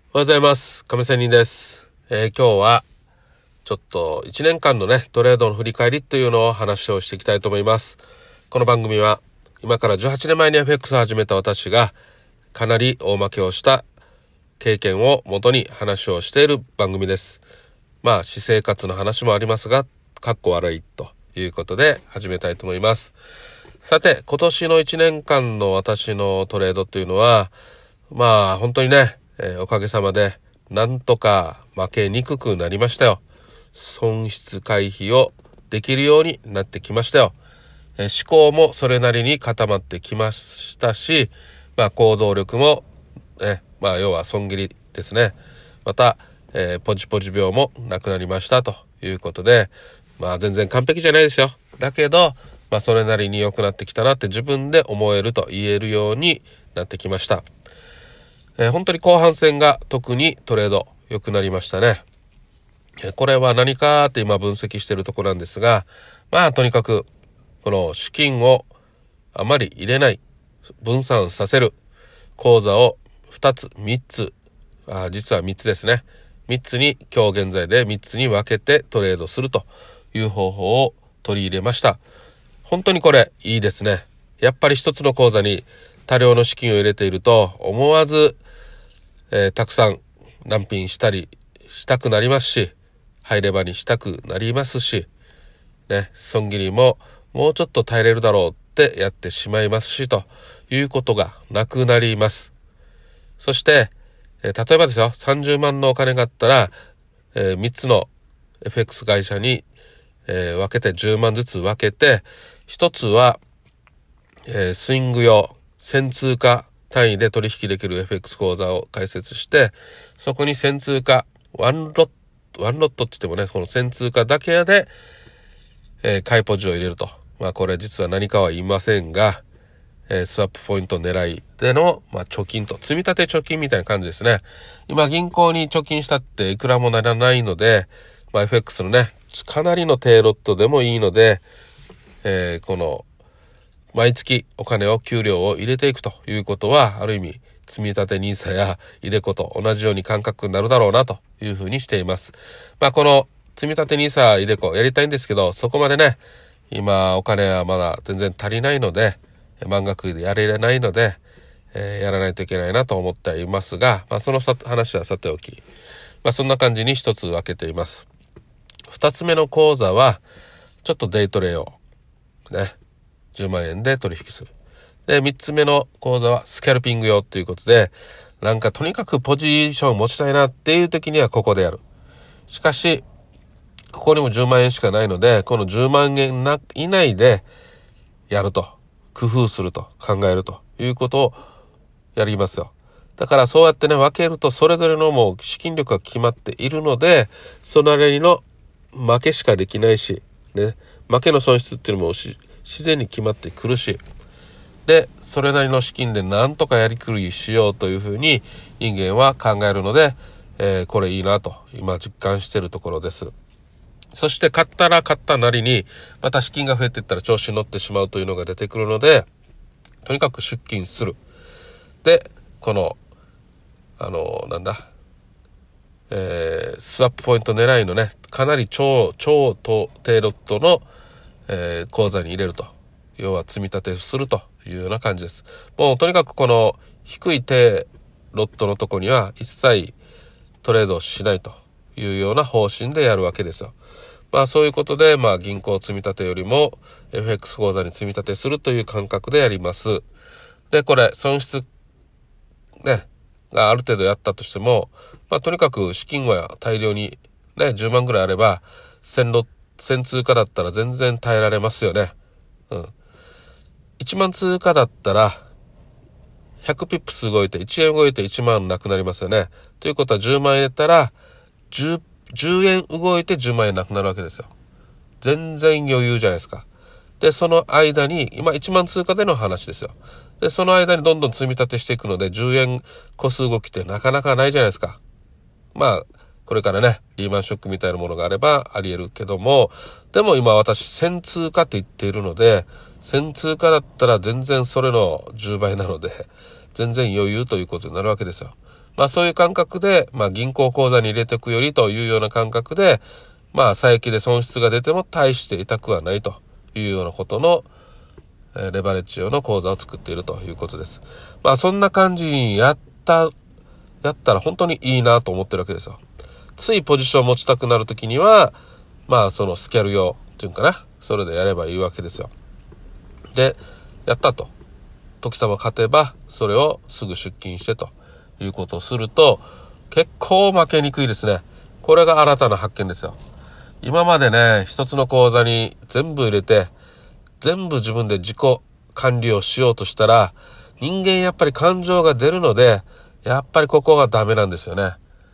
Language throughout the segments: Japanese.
おはようございます。亀仙人です。今日はちょっと1年間のねトレードの振り返りというのを話をしていきたいと思います。この番組は今から18年前に FX を始めた私がかなり大負けをした経験をもとに話をしている番組です。私生活の話もありますが、かっこ悪いということで始めたいと思います。さて、今年の1年間の私のトレードというのは本当にね、おかげさまでなんとか負けにくくなりましたよ。損失回避をできるようになってきましたよ。思考もそれなりに固まってきましたし、行動力も、要は損切りですね。また、ポジポジ病もなくなりましたということで、全然完璧じゃないですよ。だけど、それなりに良くなってきたなって自分で思えると言えるようになってきました。本当に後半戦が特にトレード良くなりましたね。これは何かって今分析しているところなんですが、とにかくこの資金をあまり入れない、分散させる口座を2つ、3つ、実は3つですね。3つに今日現在で3つに分けてトレードするという方法を取り入れました。本当にこれいいですね。やっぱり一つの口座に多量の資金を入れていると思わずたくさん難品したりしたくなりますし、入れ歯にしたくなりますし、損切りももうちょっと耐えれるだろうってやってしまいますしということがなくなります。そして、例えばですよ、30万のお金があったら、3つの FX 会社に、分けて10万ずつ分けて、1つは、スイング用1000通貨単位で取引できる FX 口座を開設して、そこに1000通貨ワンロットって言ってもね、この1000通貨だけで、買いポジを入れると。これ実は何かは言いませんが、スワップポイント狙いでの、貯金と積み立て貯金みたいな感じですね。今銀行に貯金したっていくらもならないので、FX のねかなりの低ロットでもいいので、この毎月お金を給料を入れていくということは、ある意味積み立て NISA やiDeCoと同じように感覚になるだろうなというふうにしています。この積み立て NISA、iDeCo やりたいんですけど、そこまでね今お金はまだ全然足りないので、満額でやれないので、やらないといけないなと思っていますが、その話はさておき、そんな感じに一つ分けています。二つ目の口座はちょっとデイトレをね10万円で取引する。で、3つ目の口座はスキャルピング用ということで、とにかくポジションを持ちたいなっていう時にはここでやる。しかし、ここにも10万円しかないので、この10万円以内でやると、工夫すると、考えるということをやりますよ。だからそうやってね、分けるとそれぞれのもう資金力が決まっているので、それなりの負けしかできないし、負けの損失っていうのも自然に決まってくるし、でそれなりの資金でなんとかやりくりしようというふうに人間は考えるので、これいいなと今実感しているところです。そして買ったら買ったなりにまた資金が増えていったら調子に乗ってしまうというのが出てくるので、とにかく出金する。でこのスワップポイント狙いのねかなり超低ロットの口座に入れると、要は積み立てするというような感じです。もうとにかくこの低い低ロットのとこには一切トレードをしないというような方針でやるわけですよ。そういうことで銀行積み立てよりも FX 口座に積み立てするという感覚でやります。でこれ損失がある程度やったとしても、とにかく資金は大量に10万ぐらいあれば1000通貨だったら全然耐えられますよね。1万通貨だったら100ピップス動いて1円動いて1万なくなりますよね。ということは10万円入れたら 10円動いて10万円なくなるわけですよ。全然余裕じゃないですか。でその間に今1万通貨での話ですよ。でその間にどんどん積み立てしていくので10円個数動きってなかなかないじゃないですか。これからねリーマンショックみたいなものがあればあり得るけども、でも今私1000通貨って言っているので、1000通貨だったら全然それの10倍なので全然余裕ということになるわけですよ。 そういう感覚で、銀行口座に入れていくよりというような感覚で、差益で損失が出ても大して痛くはないというようなことの、レバレッジ用の口座を作っているということです。そんな感じにやったら本当にいいなと思ってるわけですよ。ついポジションを持ちたくなるときには、そのスキャル用っていうかな、それでやればいいわけですよ。で、やったと。時様勝てば、それをすぐ出金してということをすると、結構負けにくいですね。これが新たな発見ですよ。今までね、一つの口座に全部入れて、全部自分で自己管理をしようとしたら、人間やっぱり感情が出るので、やっぱりここがダメなんですよね。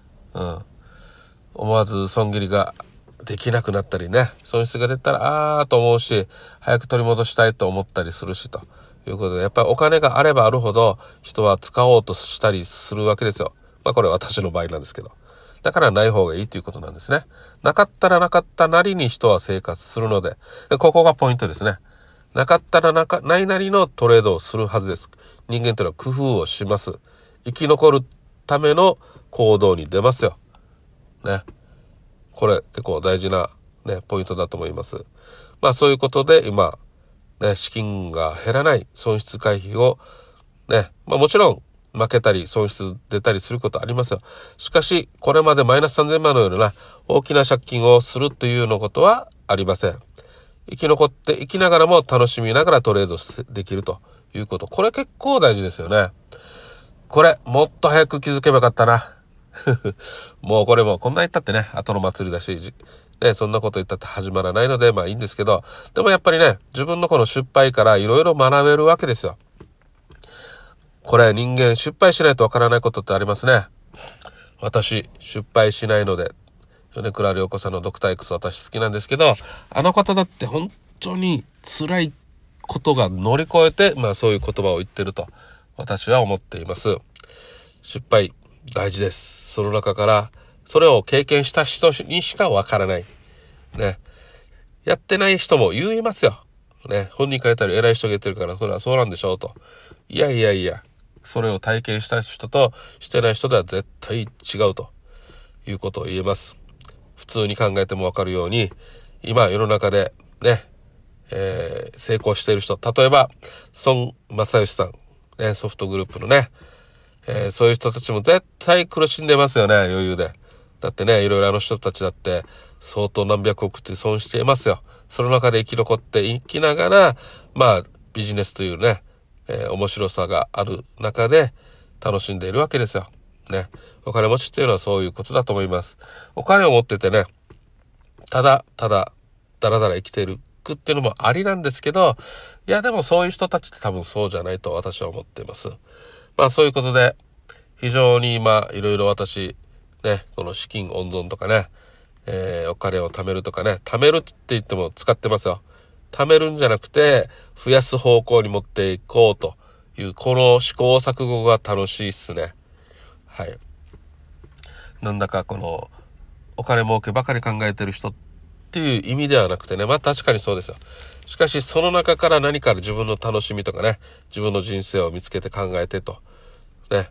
思わず損切りができなくなったりね、損失が出たらと思うし、早く取り戻したいと思ったりするしということで、やっぱりお金があればあるほど人は使おうとしたりするわけですよ。これは私の場合なんですけど。だからない方がいいということなんですね。なかったらなかったなりに人は生活するので、ここがポイントですね。なかったらないなりのトレードをするはずです。人間というのは工夫をします。生き残るための行動に出ますよ。ね。これ結構大事なね、ポイントだと思います。そういうことで今、ね、資金が減らない損失回避をね、もちろん負けたり損失出たりすることありますよ。しかし、これまでマイナス3000万のような大きな借金をするというようなことはありません。生き残って生きながらも楽しみながらトレードできるということ。これ結構大事ですよね。これ、もっと早く気づけばよかったな。もうこれもこんな言ったってね、後の祭りだし、ね、そんなこと言ったって始まらないので、いいんですけど、でもやっぱりね、自分のこの失敗からいろいろ学べるわけですよ。これ人間失敗しないとわからないことってありますね。私、失敗しないので、米倉涼子さんのドクター X 私好きなんですけど、あの方だって本当に辛いことが乗り越えて、そういう言葉を言ってると私は思っています。失敗大事です。その中からそれを経験した人にしかわからないね。やってない人も言いますよね。本人から言ったら偉い人が言ってるからそれはそうなんでしょうと。いやそれを体験した人としてない人では絶対違うということを言えます。普通に考えてもわかるように、今世の中でね、成功している人、例えば孫正義さん、ね、ソフトグループのね、そういう人たちも絶対苦しんでますよね、余裕で。だってね、いろいろあの人たちだって相当何百億って損していますよ。その中で生き残って生きながら、ビジネスというね、面白さがある中で楽しんでいるわけですよ。ね。お金持ちっていうのはそういうことだと思います。お金を持っててね、ただだらだら生きているっていうのもありなんですけど、いやでもそういう人たちって多分そうじゃないと私は思っています。そういうことで、非常に今いろいろ私、ね、この資金温存とかね、お金を貯めるとかね、貯めるって言っても使ってますよ。貯めるんじゃなくて、増やす方向に持っていこうという、この試行錯誤が楽しいっすね。はい。なんだかこの、お金儲けばかり考えてる人っていう意味ではなくてね、確かにそうですよ。しかしその中から何か自分の楽しみとかね、自分の人生を見つけて考えてと。ね。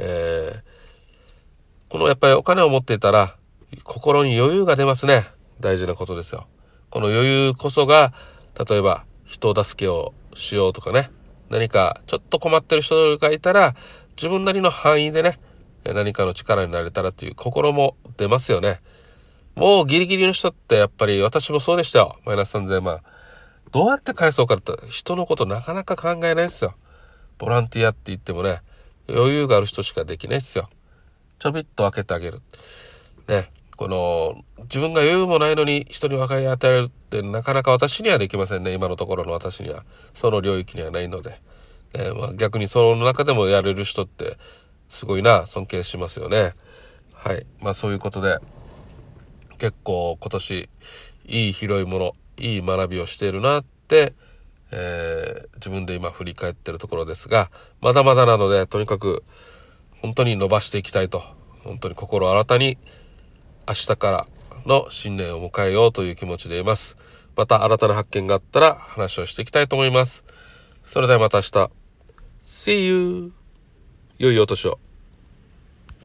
このやっぱりお金を持っていたら、心に余裕が出ますね。大事なことですよ。この余裕こそが、例えば人助けをしようとかね、何かちょっと困ってる人がいたら、自分なりの範囲でね、何かの力になれたらという心も出ますよね。もうギリギリの人ってやっぱり私もそうでしたよ。マイナス3000万。どうやって返そうかって人のことなかなか考えないですよ。ボランティアって言ってもね、余裕がある人しかできないですよ。ちょびっと分けてあげる。ね。この、自分が余裕もないのに人に分かり与えるってなかなか私にはできませんね。今のところの私には。その領域にはないので。逆にその中でもやれる人ってすごいな、尊敬しますよね。はい。そういうことで、結構今年いい広いもの、いい学びをしているなって、自分で今振り返ってるところですが、まだまだなので、とにかく本当に伸ばしていきたいと、本当に心新たに明日からの新年を迎えようという気持ちでいます。また新たな発見があったら話をしていきたいと思います。それではまた明日。See you! 良いお年を。